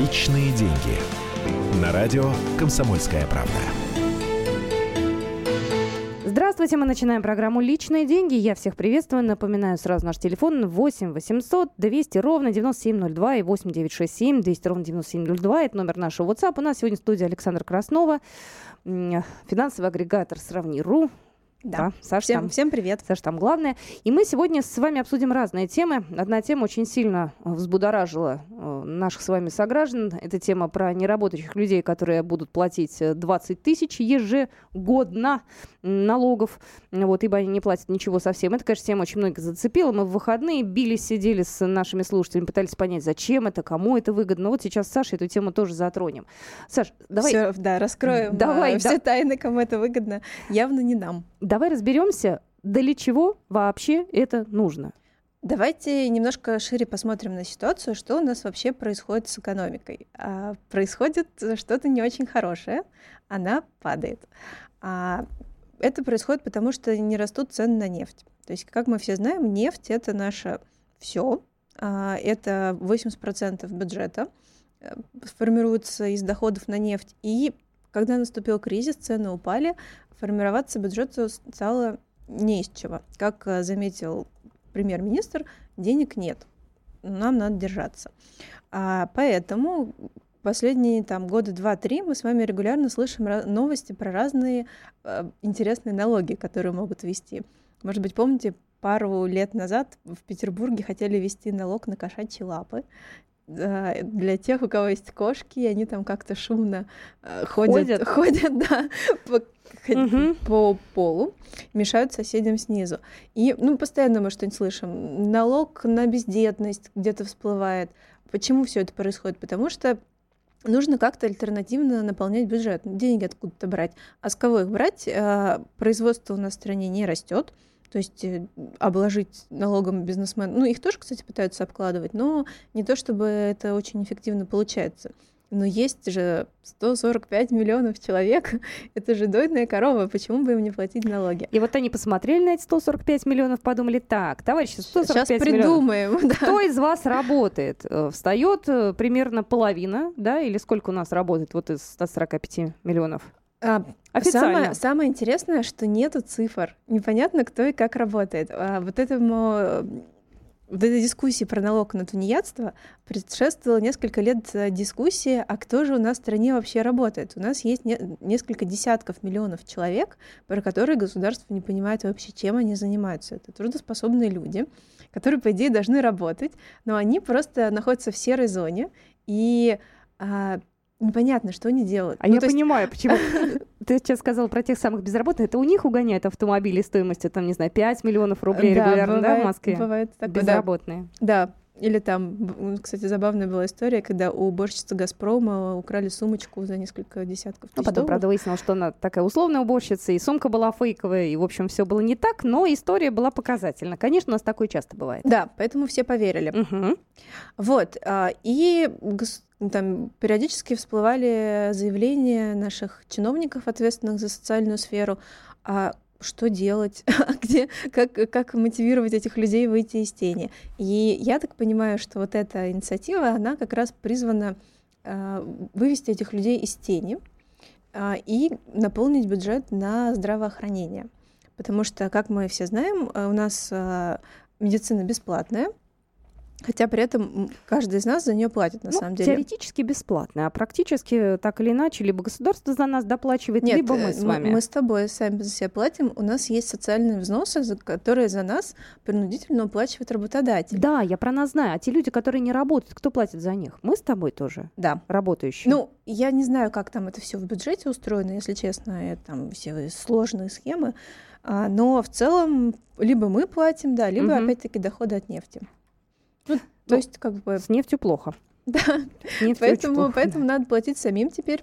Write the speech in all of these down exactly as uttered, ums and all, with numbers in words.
Личные деньги. На радио «Комсомольская правда». Здравствуйте, мы начинаем программу «Личные деньги». Я всех приветствую. Напоминаю сразу наш телефон восемь восемьсот двести ровно девяносто семь ноль два и восемь девятьсот шестьдесят семь двести ровно девяносто семь ноль два. Это номер нашего WhatsApp. У нас сегодня в студии Александра Краснова, финансовый агрегатор «Сравни.ру». Да, да Саша, всем, там, всем привет. Саша, там главное. И мы сегодня с вами обсудим разные темы. Одна тема очень сильно взбудоражила наших с вами сограждан. Это тема про неработающих людей, которые будут платить двадцать тысяч ежегодно налогов, вот, ибо они не платят ничего совсем. Это, конечно, тема очень многих зацепила. Мы в выходные бились, сидели с нашими слушателями, пытались понять, зачем это, кому это выгодно. Вот сейчас с Сашей эту тему тоже затронем. Саш, давай... Все, да, раскроем давай, а, все да... тайны, кому это выгодно. Явно не нам. Давай разберемся, для чего вообще это нужно. Давайте немножко шире посмотрим на ситуацию, что у нас вообще происходит с экономикой. А, происходит что-то не очень хорошее, она падает. А, это происходит потому, что не растут цены на нефть. То есть, как мы все знаем, нефть — это наше все, а, это восемьдесят процентов бюджета формируется из доходов на нефть. И когда наступил кризис, цены упали, формироваться бюджету стало не из чего. Как заметил премьер-министр, денег нет, нам надо держаться. А поэтому последние там, года два-три мы с вами регулярно слышим новости про разные э, интересные налоги, которые могут ввести. Может быть, помните, пару лет назад в Петербурге хотели ввести налог на кошачьи лапы. Для тех, у кого есть кошки, они там как-то шумно э, ходят, ходят, ходят да, по, угу. по полу, мешают соседям снизу. И ну, постоянно мы что-нибудь слышим. Налог на бездетность где-то всплывает. Почему все это происходит? Потому что нужно как-то альтернативно наполнять бюджет. Деньги откуда-то брать. А с кого их брать? Производство у нас в стране не растет. То есть обложить налогом бизнесмен. Ну, их тоже, кстати, пытаются обкладывать, но не то чтобы это очень эффективно получается. Но есть же сто сорок пять миллионов человек, это же дойная корова, почему бы им не платить налоги? И вот они посмотрели на эти сто сорок пять миллионов, подумали, так, товарищи, сто сорок пять Сейчас придумаем, миллионов. Да. Кто из вас работает? Встает примерно половина, да, или сколько у нас работает вот из ста сорока пяти миллионов? А, самое, самое интересное, что нету цифр. Непонятно, кто и как работает. А вот этому, вот этой дискуссии про налог на тунеядство предшествовало несколько лет дискуссии, а кто же у нас в стране вообще работает. У нас есть не, несколько десятков миллионов человек, про которые государство не понимает вообще, чем они занимаются. Это трудоспособные люди, которые, по идее, должны работать, но они просто находятся в серой зоне, и а, непонятно, что они делают. А ну, я понимаю, есть... почему. Ты сейчас сказала про тех самых безработных. Это у них угоняют автомобили стоимостью, там, не знаю, пять миллионов рублей да, регулярно, бывает, да, в Москве? Бывает такое. Безработные. Да. да. Или там, кстати, забавная была история, когда у уборщицы «Газпрома» украли сумочку за несколько десятков тысяч ну, потом, долларов. правда, выяснилось, что она такая условная уборщица, и сумка была фейковая, и, в общем, все было не так, но история была показательна. Конечно, у нас такое часто бывает. Да, поэтому все поверили. Угу. Вот. И там периодически всплывали заявления наших чиновников, ответственных за социальную сферу, а что делать, где, как, как мотивировать этих людей выйти из тени. И я так понимаю, что вот эта инициатива, она как раз призвана э, вывести этих людей из тени э, и наполнить бюджет на здравоохранение. Потому что, как мы все знаем, у нас э, медицина бесплатная, хотя при этом каждый из нас за нее платит, на ну, самом деле. Теоретически бесплатно, а практически так или иначе либо государство за нас доплачивает, Нет, либо мы с вами. Мы, мы с тобой сами за себя платим. У нас есть социальные взносы, за которые за нас принудительно уплачивает работодатель. Да, я про нас знаю. А те люди, которые не работают, кто платит за них? Мы с тобой тоже? Да. Работающие. Ну, я не знаю, как там это все в бюджете устроено, если честно, это, там все сложные схемы. А, но в целом либо мы платим, да, либо угу. опять-таки доходы от нефти. Ну, то есть, как бы... С нефтью плохо. Да, нефтью поэтому, плохо, поэтому да. надо платить самим теперь.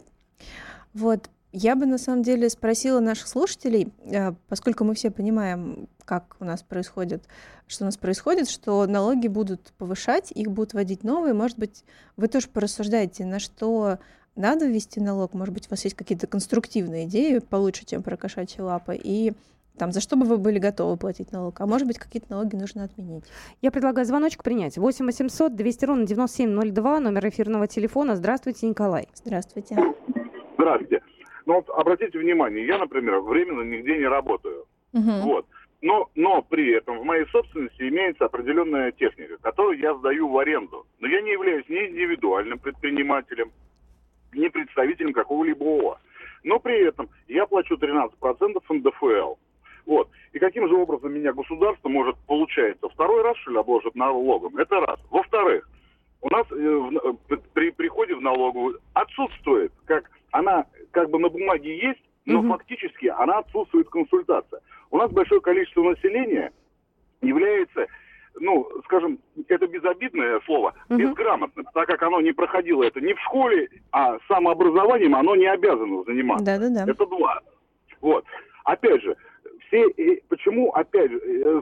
Вот. Я бы, на самом деле, спросила наших слушателей, поскольку мы все понимаем, как у нас происходит, что у нас происходит, что налоги будут повышать, их будут вводить новые. Может быть, вы тоже порассуждаете, на что надо ввести налог. Может быть, у вас есть какие-то конструктивные идеи получше, чем про кошачьи лапы. И там, за что бы вы были готовы платить налог, а может быть, какие-то налоги нужно отменить. Я предлагаю звоночек принять. восемь восемьсот двести ровно девяносто семь ноль два, номер эфирного телефона. Здравствуйте, Николай. Здравствуйте. Здравствуйте. Ну вот обратите внимание, я, например, временно нигде не работаю. Угу. Вот. Но, но при этом в моей собственности имеется определенная техника, которую я сдаю в аренду. Но я не являюсь ни индивидуальным предпринимателем, ни представителем какого-либо ООО. Но при этом я плачу тринадцать процентов эн дэ эф эл. Вот. И каким же образом меня государство может, получается, второй раз, что ли, обложит налогом? Это раз. Во-вторых, у нас э, при приходе в налоговую отсутствует, как она как бы на бумаге есть, но угу. фактически она отсутствует консультация. У нас большое количество населения является, ну, скажем, это безобидное слово, угу. безграмотным, так как оно не проходило это ни в школе, а самообразованием оно не обязано заниматься. Да-да-да. Это два. Вот. Опять же, все, почему, опять же,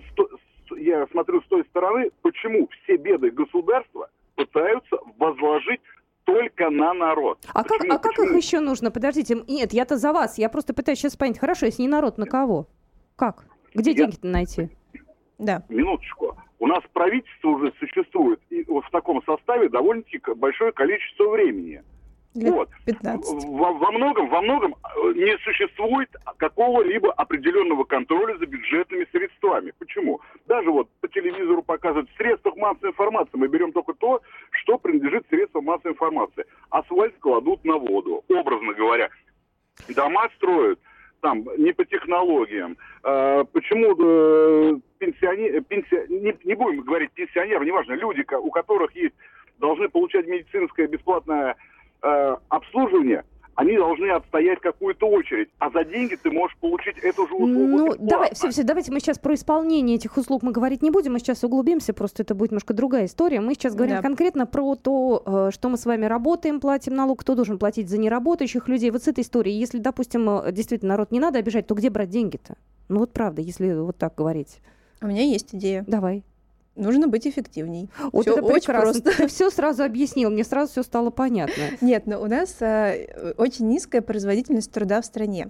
я смотрю с той стороны, почему все беды государства пытаются возложить только на народ. А, как, а как их еще нужно? Подождите, нет, я-то за вас, я просто пытаюсь сейчас понять, хорошо, если не народ, на кого? Как? Где я... деньги-то найти? Да. Минуточку. У нас правительство уже существует и в таком составе довольно-таки большое количество времени. Вот. Во, во многом, во многом не существует какого-либо определенного контроля за бюджетными средствами. Почему? Даже вот по телевизору показывают в средствах массовой информации. Мы берем только то, что принадлежит средствам массовой информации. Асфальт кладут на воду, образно говоря. Дома строят там не по технологиям. А, почему э, пенсионер, пенси... не, не будем говорить пенсионеры, неважно, люди, у которых есть, должны получать медицинское бесплатное обслуживание, они должны отстоять какую-то очередь, а за деньги ты можешь получить эту же услугу. Ну, давай, все, все, давайте мы сейчас про исполнение этих услуг мы говорить не будем, мы сейчас углубимся, просто это будет немножко другая история. Мы сейчас говорим да. конкретно про то, что мы с вами работаем, платим налог, кто должен платить за неработающих людей. Вот с этой историей, если, допустим, действительно народ не надо обижать, то где брать деньги-то? Ну вот правда, если вот так говорить. У меня есть идея. Давай. Нужно быть эффективней. Вот всё это прекрасно. Просто. Ты все сразу объяснил, мне сразу все стало понятно. Нет, но у нас а, очень низкая производительность труда в стране.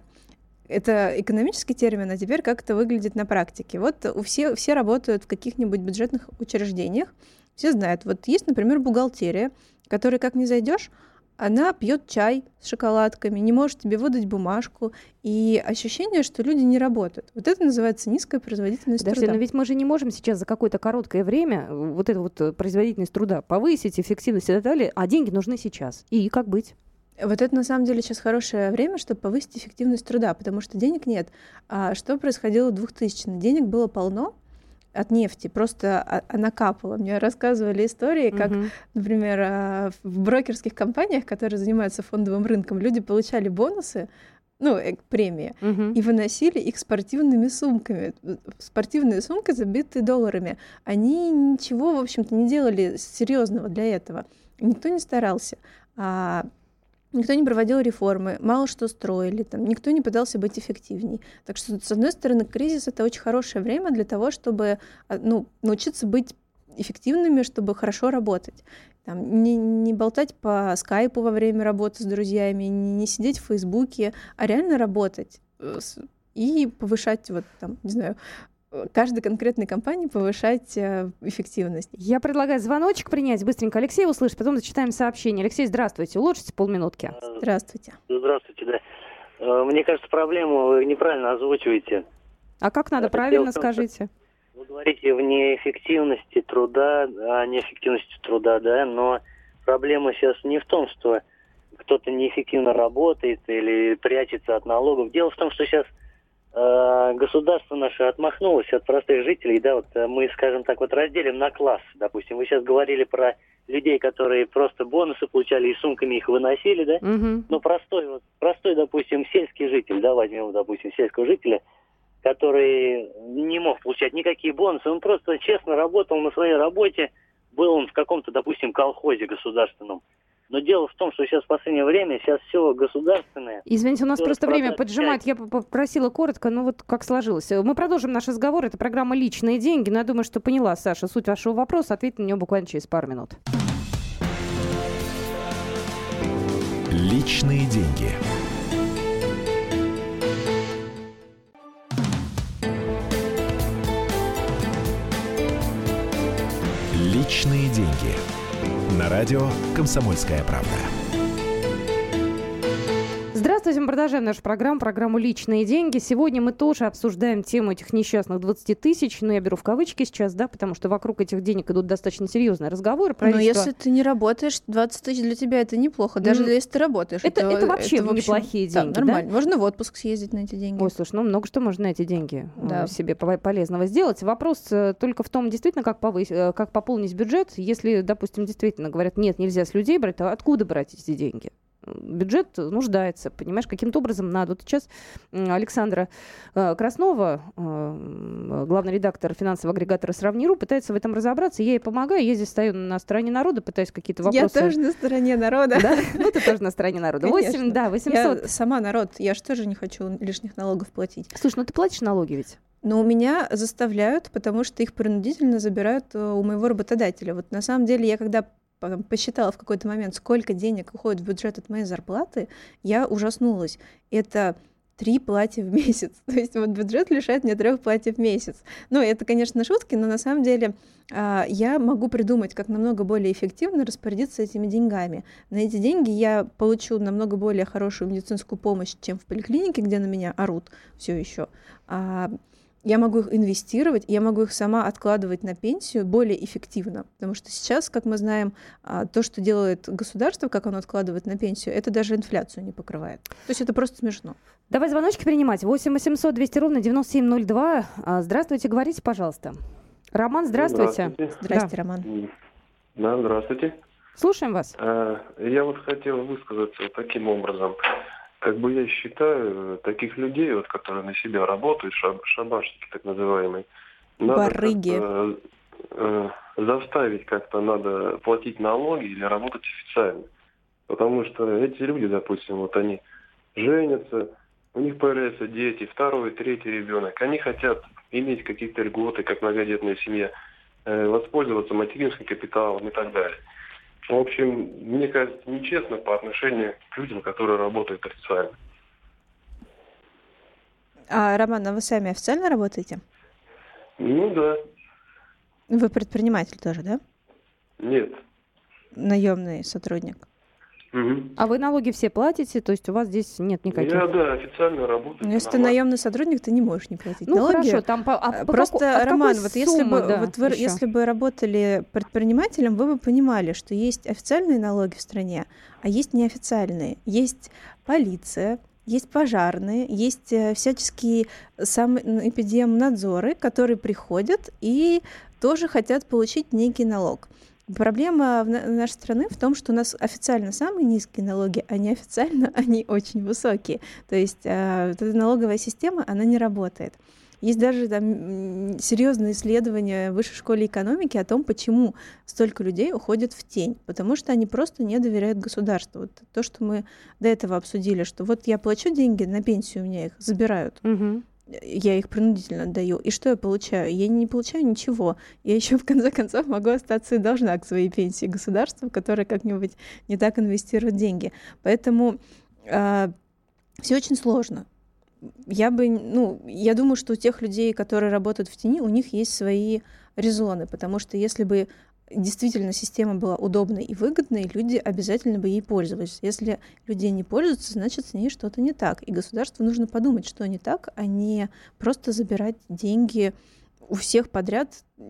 Это экономический термин, а теперь как это выглядит на практике. Вот у все, все работают в каких-нибудь бюджетных учреждениях, все знают. Вот есть, например, бухгалтерия, которой как не зайдешь, она пьет чай с шоколадками, не может тебе выдать бумажку, и ощущение, что люди не работают. Вот это называется низкая производительность Подожди, труда. Но ведь мы же не можем сейчас за какое-то короткое время вот эту вот производительность труда повысить, эффективность и так далее, а деньги нужны сейчас. И как быть? Вот это на самом деле сейчас хорошее время, чтобы повысить эффективность труда, потому что денег нет. А что происходило в двухтысячные? Денег было полно от нефти, просто она капала. Мне рассказывали истории, как, uh-huh. например, в брокерских компаниях, которые занимаются фондовым рынком, люди получали бонусы, ну, премии, uh-huh. и выносили их спортивными сумками. Спортивные сумки, забитые долларами. Они ничего, в общем-то, не делали серьезного для этого. Никто не старался. А Никто не проводил реформы, мало что строили, там, никто не пытался быть эффективней. Так что, с одной стороны, кризис — это очень хорошее время для того, чтобы ну, научиться быть эффективными, чтобы хорошо работать. Там, не, не болтать по скайпу во время работы с друзьями, не, не сидеть в Фейсбуке, а реально работать и повышать, вот, там, не знаю, каждой конкретной компании повышать э, эффективность. Я предлагаю звоночек принять быстренько. Алексей услышит, потом зачитаем сообщение. Алексей, здравствуйте. Уложите полминутки. Здравствуйте. Здравствуйте, да. Мне кажется, проблему вы неправильно озвучиваете. А как надо? Правильно скажите. Вы говорите в неэффективности труда, о неэффективности труда, да, но проблема сейчас не в том, что кто-то неэффективно работает или прячется от налогов. Дело в том, что сейчас государство наше отмахнулось от простых жителей, да, вот мы, скажем так, вот разделим на класс, допустим, вы сейчас говорили про людей, которые просто бонусы получали и сумками их выносили, да, угу. но простой, вот, простой, допустим, сельский житель, да, возьмем, допустим, сельского жителя, который не мог получать никакие бонусы, он просто честно работал на своей работе, был он в каком-то, допустим, колхозе государственном. Но дело в том, что сейчас в последнее время, сейчас все государственное. Извините, у нас просто время поджимает. Я попросила коротко, но вот как сложилось. Мы продолжим наш разговор. Это программа «Личные деньги». Но я думаю, что поняла, Саша, суть вашего вопроса. Ответить на него буквально через пару минут. Личные деньги. Личные деньги. На радио «Комсомольская правда». Здравствуйте, мы продолжаем нашу программу, программу «Личные деньги». Сегодня мы тоже обсуждаем тему этих несчастных двадцати тысяч, но я беру в кавычки сейчас, да, потому что вокруг этих денег идут достаточно серьезные разговоры. Но если ты не работаешь, двадцать тысяч для тебя это неплохо, даже mm. если ты работаешь. Это, это, это вообще это, в общем, неплохие деньги, да? Нормально. Да? Можно в отпуск съездить на эти деньги. Ой, слушай, ну много что можно на эти деньги да. себе полезного сделать. Вопрос только в том, действительно, как, повысь, как пополнить бюджет. Если, допустим, действительно говорят, нет, нельзя с людей брать, то откуда брать эти деньги? Бюджет нуждается, понимаешь, каким-то образом надо. Вот сейчас Александра Краснова, главный редактор финансового агрегатора «Сравни.ру», пытается в этом разобраться. Я ей помогаю. Я здесь стою на стороне народа, пытаюсь какие-то вопросы... Я тоже на стороне народа. Да? Ну, ты тоже на стороне народа. восемь, да, восемьсот. Я сама народ. Я же тоже не хочу лишних налогов платить. Слушай, ну ты платишь налоги ведь? Но у меня заставляют, потому что их принудительно забирают у моего работодателя. Вот на самом деле я когда... посчитала в какой-то момент, сколько денег уходит в бюджет от моей зарплаты, я ужаснулась. Это три платья в месяц. То есть вот бюджет лишает меня трех платьев в месяц. Ну, это, конечно, шутки, но на самом деле я могу придумать, как намного более эффективно распорядиться этими деньгами. На эти деньги я получу намного более хорошую медицинскую помощь, чем в поликлинике, где на меня орут все еще. Я могу их инвестировать, я могу их сама откладывать на пенсию более эффективно. Потому что сейчас, как мы знаем, то, что делает государство, как оно откладывает на пенсию, это даже инфляцию не покрывает. То есть это просто смешно. Давай звоночки принимать. восемь восемьсот двести ровно девяносто семь ноль два. Здравствуйте, говорите, пожалуйста. Роман, здравствуйте. Здравствуйте, Здрасте, да. Роман. Да, здравствуйте. Слушаем вас. Я вот хотел высказаться таким образом. Как бы я считаю, таких людей, вот, которые на себя работают, шаб, шабашники так называемые, надо как-то, э, заставить как-то надо платить налоги или работать официально. Потому что эти люди, допустим, вот они женятся, у них появляются дети, второй, третий ребенок, они хотят иметь какие-то льготы, как многодетная семья, э, воспользоваться материнским капиталом и так далее. В общем, мне кажется, нечестно по отношению к людям, которые работают официально. А, Роман, а вы сами официально работаете? Ну да. Вы предприниматель тоже, да? Нет. Наемный сотрудник. Угу. А вы налоги все платите, то есть у вас здесь нет никаких... Я, да, официально работаю. Но если ты наемный сотрудник, ты не можешь не платить ну, налоги. Ну хорошо, там... По, а Просто, по какой, Роман, вот, суммы, если бы, да, вот вы, если бы работали предпринимателем, вы бы понимали, что есть официальные налоги в стране, а есть неофициальные. Есть полиция, есть пожарные, есть всяческие санэпидемнадзоры, которые приходят и тоже хотят получить некий налог. Проблема в нашей страны в том, что у нас официально самые низкие налоги, а неофициально они очень высокие. То есть э, вот эта налоговая система, она не работает. Есть даже там серьезные исследования в Высшей школе экономики о том, почему столько людей уходят в тень. Потому что они просто не доверяют государству. Вот то, что мы до этого обсудили, что вот я плачу деньги на пенсию, у меня их забирают. Угу. Я их принудительно отдаю. И что я получаю? Я не получаю ничего. Я еще в конце концов могу остаться и должна к своей пенсии государству, которое как-нибудь не так инвестирует деньги. Поэтому э, все очень сложно. Я бы, ну, я думаю, что у тех людей, которые работают в тени, у них есть свои резоны, потому что если бы действительно система была удобной и выгодной, люди обязательно бы ей пользовались. Если люди не пользуются, значит, с ней что-то не так. И государству нужно подумать, что не так, а не просто забирать деньги у всех подряд,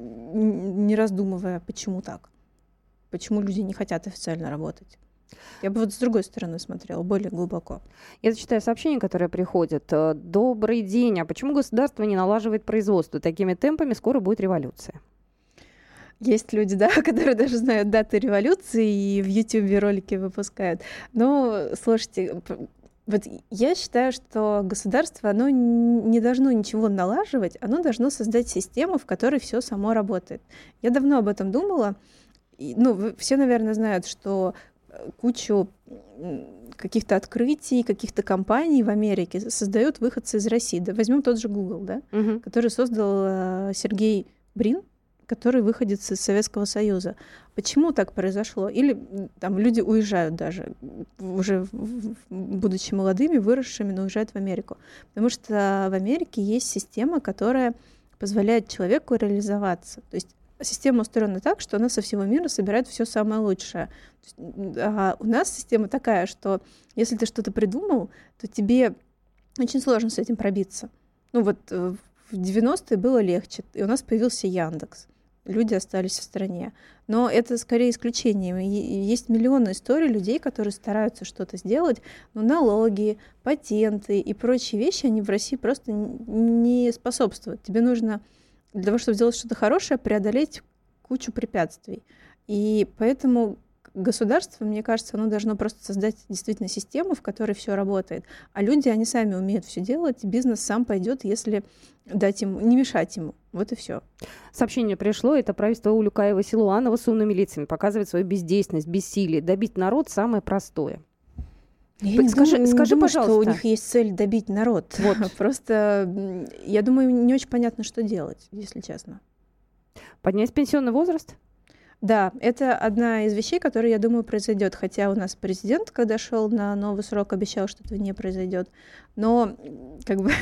не раздумывая, почему так. Почему люди не хотят официально работать. Я бы вот с другой стороны смотрела, более глубоко. Я зачитаю сообщения, которые приходят. Добрый день. А почему государство не налаживает производство? Такими темпами скоро будет революция. Есть люди, да, которые даже знают даты революции и в Ютубе ролики выпускают. Но, слушайте, вот я считаю, что государство, оно не должно ничего налаживать, оно должно создать систему, в которой все само работает. Я давно об этом думала. И, ну, все, наверное, знают, что кучу каких-то открытий, каких-то компаний в Америке создают выходцы из России. Да, возьмем тот же Google, да, угу. который создал Сергей Брин, который выходец из Советского Союза. Почему так произошло? Или там люди уезжают даже, уже будучи молодыми, выросшими, но уезжают в Америку. Потому что в Америке есть система, которая позволяет человеку реализоваться. То есть система устроена так, что она со всего мира собирает все самое лучшее. А у нас система такая, что если ты что-то придумал, то тебе очень сложно с этим пробиться. Ну вот в девяностые было легче, и у нас появился Яндекс. Люди остались в стране. Но это скорее исключение. Есть миллионы историй людей, которые стараются что-то сделать, но налоги, патенты и прочие вещи, они в России просто не способствуют. Тебе нужно для того, чтобы сделать что-то хорошее, преодолеть кучу препятствий. И поэтому государство, мне кажется, оно должно просто создать действительно систему, в которой все работает. А люди, они сами умеют все делать, бизнес сам пойдет, если дать ему, не мешать ему. Вот и все. Сообщение пришло. Это правительство Улюкаева-Силуанова с умными лицами показывает свою бездейственность, бессилие. Добить народ самое простое. Я не скажи, думаю, скажи, не думаю, пожалуйста. Что у них есть цель добить народ. Вот. Просто, я думаю, не очень понятно, что делать, если честно. Поднять пенсионный возраст? Да, это одна из вещей, которая, я думаю, произойдет. Хотя у нас президент, когда шел на новый срок, обещал, что этого не произойдет. Но как бы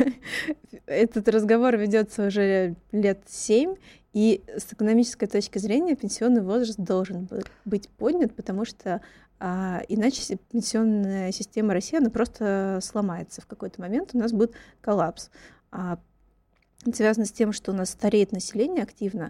этот разговор ведется уже лет семь, и с экономической точки зрения пенсионный возраст должен быть поднят, потому что а, иначе пенсионная система России, она просто сломается в какой-то момент, у нас будет коллапс. А, это связано с тем, что у нас стареет население активно,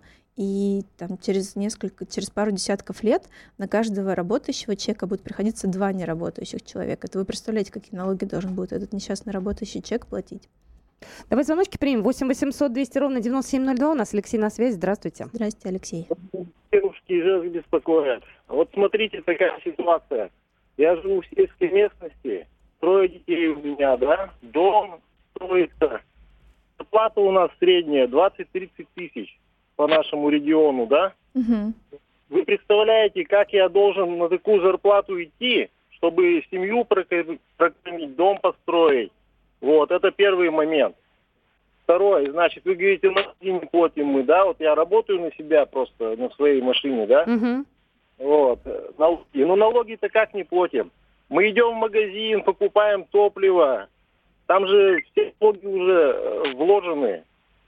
и там, через несколько, через пару десятков лет на каждого работающего человека будет приходиться два неработающих человека. Это вы представляете, какие налоги должен будет этот несчастный работающий человек платить? Давай звоночки примем. восемь восемьсот двести ровно девяносто семь ноль два. У нас Алексей на связи. Здравствуйте. Здравствуйте, Алексей. Девушки же беспокоят. Вот смотрите, такая ситуация. Я живу в сельской местности, трое детей у меня, да, дом строится. Зарплата у нас средняя двадцать-тридцать тысяч по нашему региону, да? Угу. Вы представляете, как я должен на такую зарплату идти, чтобы семью прокормить, дом построить? Вот, это первый момент. Второй, значит, вы говорите, налоги не платим мы, да? Вот я работаю на себя просто, на своей машине, да? Угу. Вот, налоги. Ну, налоги-то как не платим? Мы идем в магазин, покупаем топливо, там же все налоги уже вложены.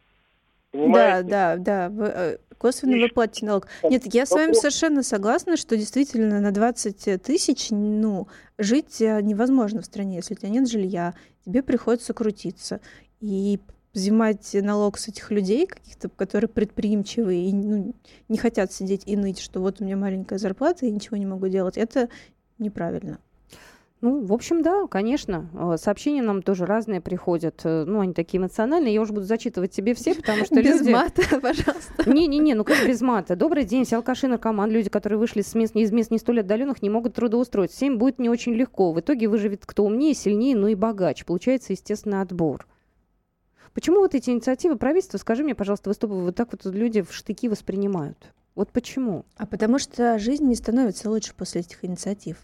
Понимаете? Да, да, да. Косвенно вы платите налог. Нет, я с вами совершенно согласна, что действительно на двадцать тысяч, ну, жить невозможно в стране, если у тебя нет жилья, тебе приходится крутиться. И взимать налог с этих людей, каких-то, которые предприимчивые и ну, не хотят сидеть и ныть, что вот у меня маленькая зарплата и ничего не могу делать, это неправильно. Ну, в общем, да, конечно. Сообщения нам тоже разные приходят. Ну, они такие эмоциональные. Я уже буду зачитывать тебе все, потому что без люди... мата, пожалуйста. Не-не-не, ну как без мата? Добрый день, все алкаши, наркоман, люди, которые вышли с мест, из мест не столь отдаленных, не могут трудоустроиться. Всем будет не очень легко. В итоге выживет кто умнее, сильнее, ну и богаче. Получается естественный отбор. Почему вот эти инициативы правительства, скажи мне, пожалуйста, выступают вот так вот люди в штыки воспринимают? Вот почему? А потому что жизнь не становится лучше после этих инициатив.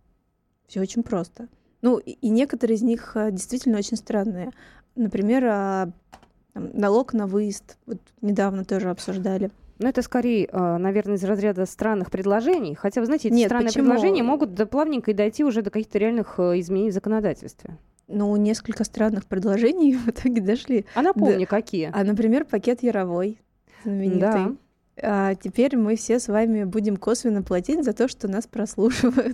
Все очень просто. Ну, и некоторые из них действительно очень странные. Например, там, налог на выезд. Вот недавно тоже обсуждали. Ну, это скорее, наверное, из разряда странных предложений. Хотя, вы знаете, эти Нет, странные почему? предложения могут да, плавненько и дойти уже до каких-то реальных изменений в законодательстве. Ну, несколько странных предложений в итоге дошли. А напомни, да. какие? А, например, пакет Яровой знаменитый. Да. А теперь мы все с вами будем косвенно платить за то, что нас прослушивают.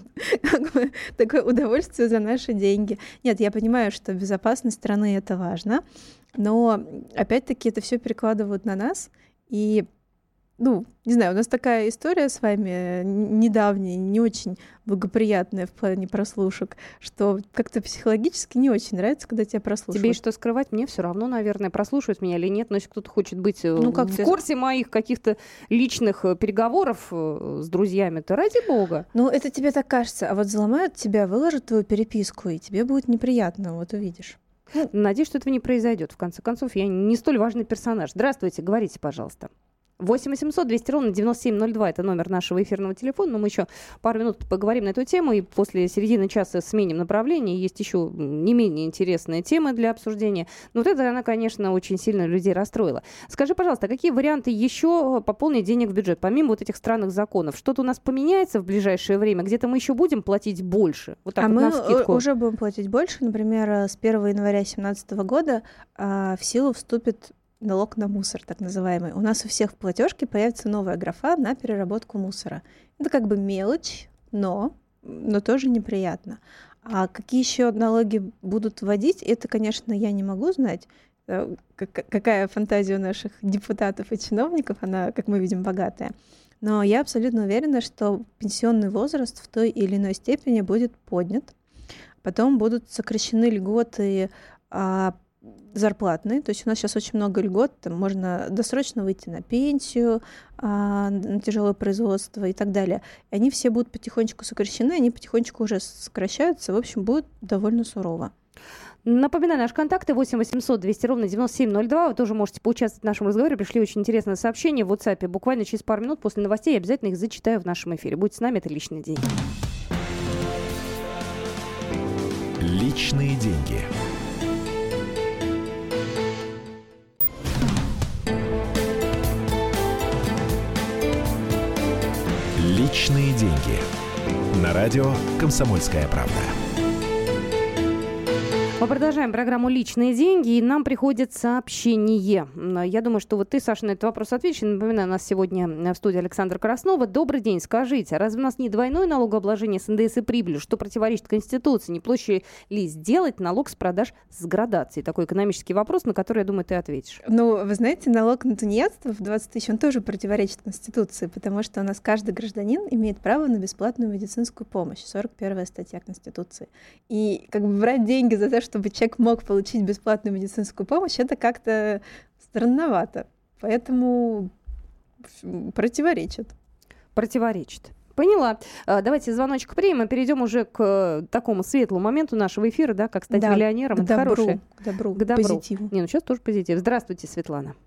Такое удовольствие за наши деньги. Нет, я понимаю, что безопасность страны — это важно, но опять-таки это все перекладывают на нас. И, ну, не знаю, у нас такая история с вами недавняя, не очень благоприятная в плане прослушек, что как-то психологически не очень нравится, когда тебя прослушивают. Тебе есть что скрывать? Мне все равно, наверное, прослушивают меня или нет. Но если кто-то хочет быть ну, как в курсе ты... моих каких-то личных переговоров с друзьями, то ради бога. Ну, это тебе так кажется. А вот взломают тебя, выложат твою переписку, и тебе будет неприятно, вот увидишь. Ну, надеюсь, что этого не произойдет. В конце концов, я не столь важный персонаж. Здравствуйте, говорите, пожалуйста. восемь восемьсот двести ровно девяносто семь ноль два. Это номер нашего эфирного телефона. Но мы еще пару минут поговорим на эту тему. И после середины часа сменим направление. Есть еще не менее интересные темы для обсуждения. Но вот это, она, конечно, очень сильно людей расстроила. Скажи, пожалуйста, какие варианты еще пополнить денег в бюджет? Помимо вот этих странных законов. Что-то у нас поменяется в ближайшее время? Где-то мы еще будем платить больше? Вот так а вот мы навскидку. Уже будем платить больше. Например, с первого января две тысячи семнадцатого года а, в силу вступит налог на мусор, так называемый. У нас у всех в платежке появится новая графа на переработку мусора. Это как бы мелочь, но, но тоже неприятно. А какие еще налоги будут вводить, это, конечно, я не могу знать. Какая фантазия у наших депутатов и чиновников, она, как мы видим, богатая. Но я абсолютно уверена, что пенсионный возраст в той или иной степени будет поднят. Потом будут сокращены льготы а, зарплатные. То есть у нас сейчас очень много льгот. Там можно досрочно выйти на пенсию, а, на тяжелое производство и так далее. И они все будут потихонечку сокращены, они потихонечку уже сокращаются. В общем, будет довольно сурово. Напоминаю, наши контакты восемь восемьсот двести ровно девяносто семь ноль два. Вы тоже можете поучаствовать в нашем разговоре. Пришли очень интересное сообщение в WhatsApp. Буквально через пару минут после новостей я обязательно их зачитаю в нашем эфире. Будьте с нами, это «Личные деньги». Личные деньги. Личные деньги. На радио «Комсомольская правда». Мы продолжаем программу «Личные деньги», и нам приходит сообщение. Я думаю, что вот ты, Саша, на этот вопрос ответишь. Напоминаю, у нас сегодня в студии Александра Краснова. Добрый день. Скажите, разве у нас не двойное налогообложение с эн дэ эс и прибылью, что противоречит Конституции? Не проще ли сделать налог с продаж с градацией? Такой экономический вопрос, на который, я думаю, ты ответишь. Ну, вы знаете, налог на тунеядство в двадцать тысяч, он тоже противоречит Конституции, потому что у нас каждый гражданин имеет право на бесплатную медицинскую помощь. сорок первая статья Конституции. И как бы брать деньги за то, чтобы человек мог получить бесплатную медицинскую помощь, это как-то странновато. Поэтому противоречит. Противоречит. Поняла. Давайте звоночек примем и перейдем уже к такому светлому моменту нашего эфира, да, как стать да, миллионером. К это добру, хорошее. К добру, к добру. Позитиву. Не, ну сейчас тоже позитив. Здравствуйте, Светлана.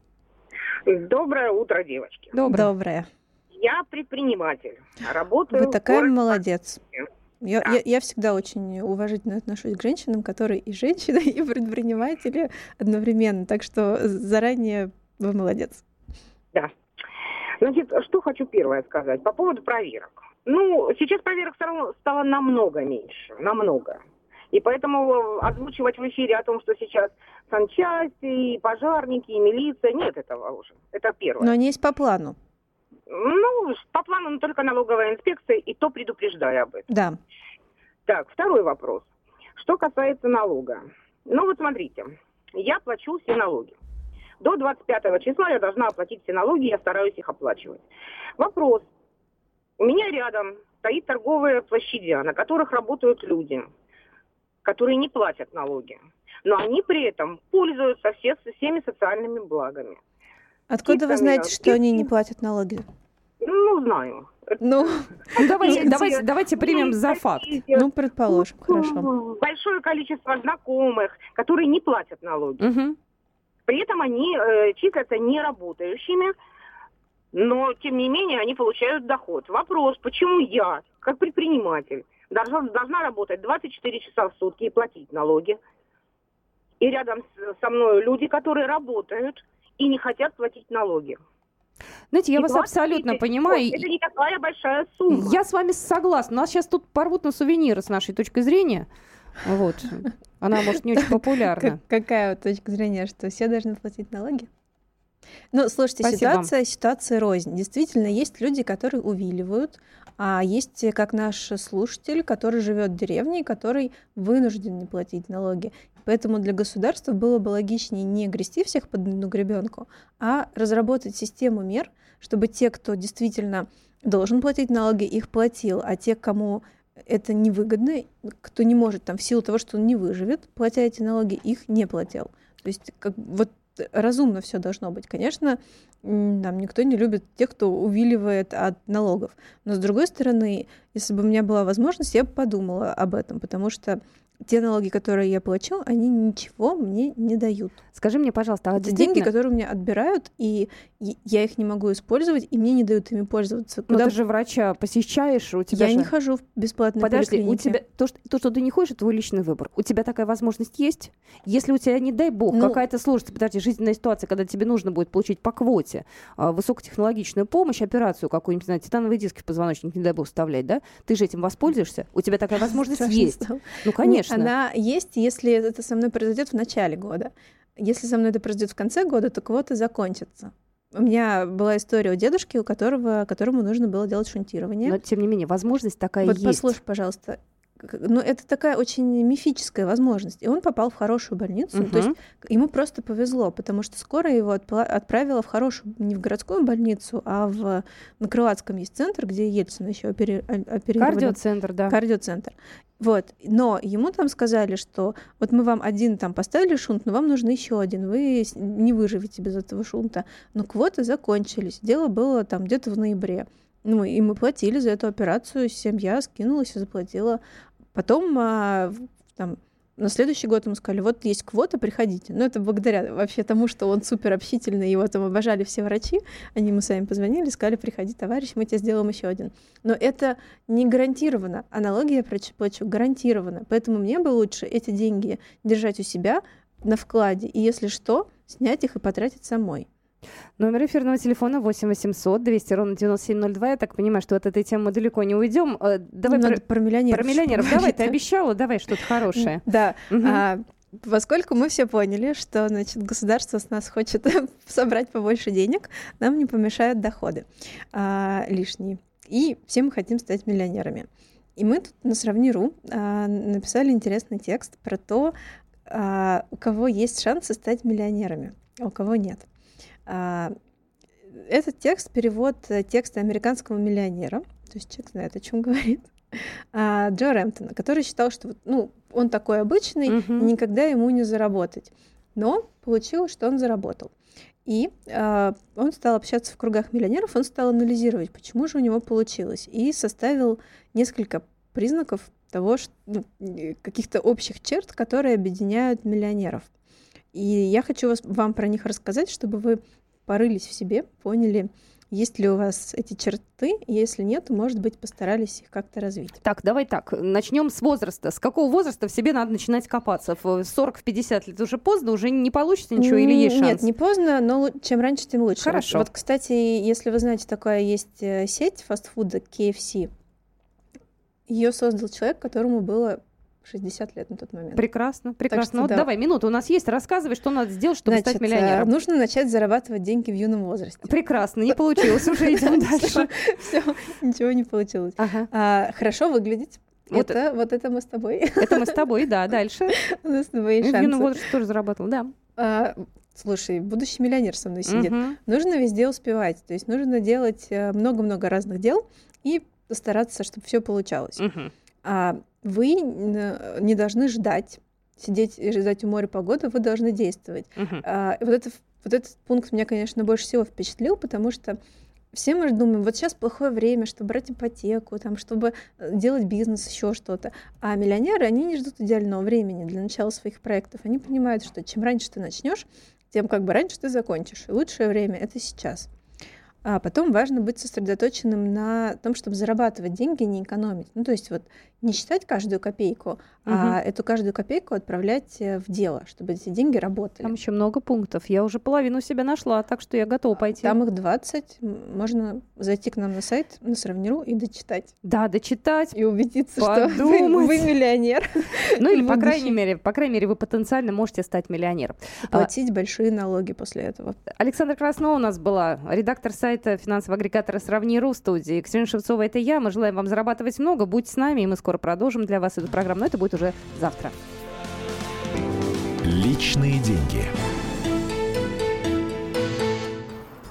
Доброе утро, девочки. Доброе. Доброе. Я предприниматель. Работаю. Вы такая молодец. Я, да. я, я всегда очень уважительно отношусь к женщинам, которые и женщины, и предприниматели одновременно. Так что заранее вы молодец. Да. Значит, что хочу первое сказать по поводу проверок. Ну, сейчас проверок стало, стало намного меньше, намного. И поэтому озвучивать в эфире о том, что сейчас санчасти, и пожарники, и милиция, нет этого уже. Это первое. Но они есть по плану. Ну, по плану, но только налоговая инспекция, и то предупреждаю об этом. Да. Так, второй вопрос. Что касается налога. Ну, вот смотрите, я плачу все налоги. До двадцать пятого числа я должна оплатить все налоги, я стараюсь их оплачивать. Вопрос. У меня рядом стоит торговые площади, на которых работают люди, которые не платят налоги. Но они при этом пользуются все, всеми социальными благами. Откуда вы знаете, что они не платят налоги? Ну, знаю. Ну, ну давайте, давайте, давайте примем за факт. Ну, предположим, хорошо. Большое количество знакомых, которые не платят налоги. Угу. При этом они э, числятся неработающими, но, тем не менее, они получают доход. Вопрос, почему я, как предприниматель, должна, должна работать двадцать четыре часа в сутки и платить налоги, и рядом с, со мной люди, которые работают и не хотят платить налоги. Знаете, я вас абсолютно понимаю. Это не такая большая сумма. Я с вами согласна. Нас сейчас тут порвут на сувениры с нашей точки зрения. Вот. Она, может, не очень популярна. Какая вот точка зрения, что все должны платить налоги? Ну, слушайте, Спасибо. ситуация, ситуация рознь. Действительно, есть люди, которые увиливают, а есть, как наш слушатель, который живет в деревне, который вынужден не платить налоги. Поэтому для государства было бы логичнее не грести всех под одну гребенку, а разработать систему мер, чтобы те, кто действительно должен платить налоги, их платил, а те, кому это невыгодно, кто не может там в силу того, что он не выживет, платя эти налоги, их не платил. То есть как, вот разумно все должно быть. Конечно, там никто не любит тех, кто увиливает от налогов. Но с другой стороны, если бы у меня была возможность, я бы подумала об этом, потому что те налоги, которые я плачу, они ничего мне не дают. Скажи мне, пожалуйста, а это действительно... деньги, которые у меня отбирают, и я их не могу использовать, и мне не дают ими пользоваться. Куда... Но ты же врача посещаешь, у тебя Я же... не хожу в бесплатные Подожди, поликлиники. у тебя то что, то, что ты не ходишь, это твой личный выбор. У тебя такая возможность есть? Если у тебя, не дай бог, ну... какая-то сложится, подожди, жизненная ситуация, когда тебе нужно будет получить по квоте а, высокотехнологичную помощь, операцию какую-нибудь, знаете, титановые диски в позвоночник, не дай бог, вставлять, да? Ты же этим воспользуешься? У тебя такая возможность есть. Ну, конечно. Она есть, если это со мной произойдет в начале года. если со мной это произойдет в конце года, то квота закончится. У меня была история у дедушки, у которого, которому нужно было делать шунтирование. Но, тем не менее, возможность такая вот есть. Послушай, пожалуйста. Ну, это такая очень мифическая возможность. И он попал в хорошую больницу. Uh-huh. То есть ему просто повезло, потому что скоро его отпла- отправила в хорошую, не в городскую больницу, а в, на Крылатском есть центр, где Ельцин еще опери- оперировали. Кардиоцентр, да. Кардиоцентр. Вот. Но ему там сказали, что вот мы вам один там поставили шунт, но вам нужен еще один. Вы не выживете без этого шунта. Но квоты закончились. Дело было там где-то в ноябре. Ну, и мы платили за эту операцию. Семья скинулась и заплатила. Потом а, там, на следующий год ему сказали, вот есть квота, приходите. Но это благодаря вообще тому, что он супер общительный, его там обожали все врачи. Они ему сами позвонили, сказали, приходи, товарищ, мы тебе сделаем еще один. Но это не гарантированно. А налоги я плачу гарантированно. Поэтому мне бы лучше эти деньги держать у себя на вкладе. И если что, снять их и потратить самой. Номер эфирного телефона восемь восемьсот двести ровно девяносто семь ноль два. Я так понимаю, что от этой темы мы далеко не уйдем. Давай Надо про, про миллионеров. Про миллионеров. Давай, ты обещала, давай что-то хорошее. Да. А, поскольку мы все поняли, что, значит, государство с нас хочет собрать побольше денег, нам не помешают доходы а, лишние. И все мы хотим стать миллионерами. И мы тут на Сравни.ру а, написали интересный текст про то, а, у кого есть шансы стать миллионерами, а у кого нет. Этот текст — перевод текста американского миллионера, то есть человек знает, о чем говорит, Джо Рэмптона, который считал, что ну, он такой обычный, uh-huh. и никогда ему не заработать. Но получилось, что он заработал. И э, он стал общаться в кругах миллионеров, он стал анализировать, почему же у него получилось, и составил несколько признаков того, что, ну, каких-то общих черт, которые объединяют миллионеров. И я хочу вас, вам про них рассказать, чтобы вы порылись в себе, поняли, есть ли у вас эти черты, и если нет, то, может быть, постарались их как-то развить. Так, давай так, начнем с возраста. С какого возраста в себе надо начинать копаться? В сорок-пятьдесят лет уже поздно, уже не получится ничего или есть шанс? Нет, не поздно, но чем раньше, тем лучше. Хорошо. Вот, кстати, если вы знаете, такая есть сеть фастфуда кей эф си, ее создал человек, которому было шестьдесят лет на тот момент. Прекрасно, прекрасно. Что, вот да. давай, минуту у нас есть. Рассказывай, что надо сделать, чтобы Значит, стать миллионером. Нужно начать зарабатывать деньги в юном возрасте. Прекрасно, не получилось, уже идем дальше. Все, ничего не получилось. Хорошо выглядеть. Вот это, вот это мы с тобой. Это мы с тобой, да, дальше. У нас с тобой есть шансы. В юном возрасте тоже заработал, да. Слушай, будущий миллионер со мной сидит. Нужно везде успевать. То есть нужно делать много-много разных дел и постараться, чтобы все получалось. А вы не должны ждать, сидеть и ждать у моря погоды, вы должны действовать. Uh-huh. А, вот, это, вот этот пункт меня, конечно, больше всего впечатлил, потому что все мы думаем, вот сейчас плохое время, чтобы брать ипотеку, там, чтобы делать бизнес, еще что-то. А миллионеры, они не ждут идеального времени для начала своих проектов. Они понимают, что чем раньше ты начнешь, тем как бы раньше ты закончишь. И лучшее время — это сейчас. А потом важно быть сосредоточенным на том, чтобы зарабатывать деньги, не экономить. Ну, то есть вот не считать каждую копейку, угу. а эту каждую копейку отправлять в дело, чтобы эти деньги работали. Там еще много пунктов. Я уже половину себя нашла, так что я готова пойти. Там их двадцать. Можно зайти к нам на сайт, на Сравни.ру и дочитать. Да, дочитать. И убедиться, подумать. Что вы, вы миллионер. Ну или, по крайней мере, по крайней мере, вы потенциально можете стать миллионером. Платить а... большие налоги после этого. Александра Краснова у нас была, редактор сайта финансового агрегатора Сравни.ру в студии. Ксения Шевцова — это я. Мы желаем вам зарабатывать много. Будьте с нами, и мы скоро продолжим для вас эту программу. Но это будет уже завтра. Личные деньги.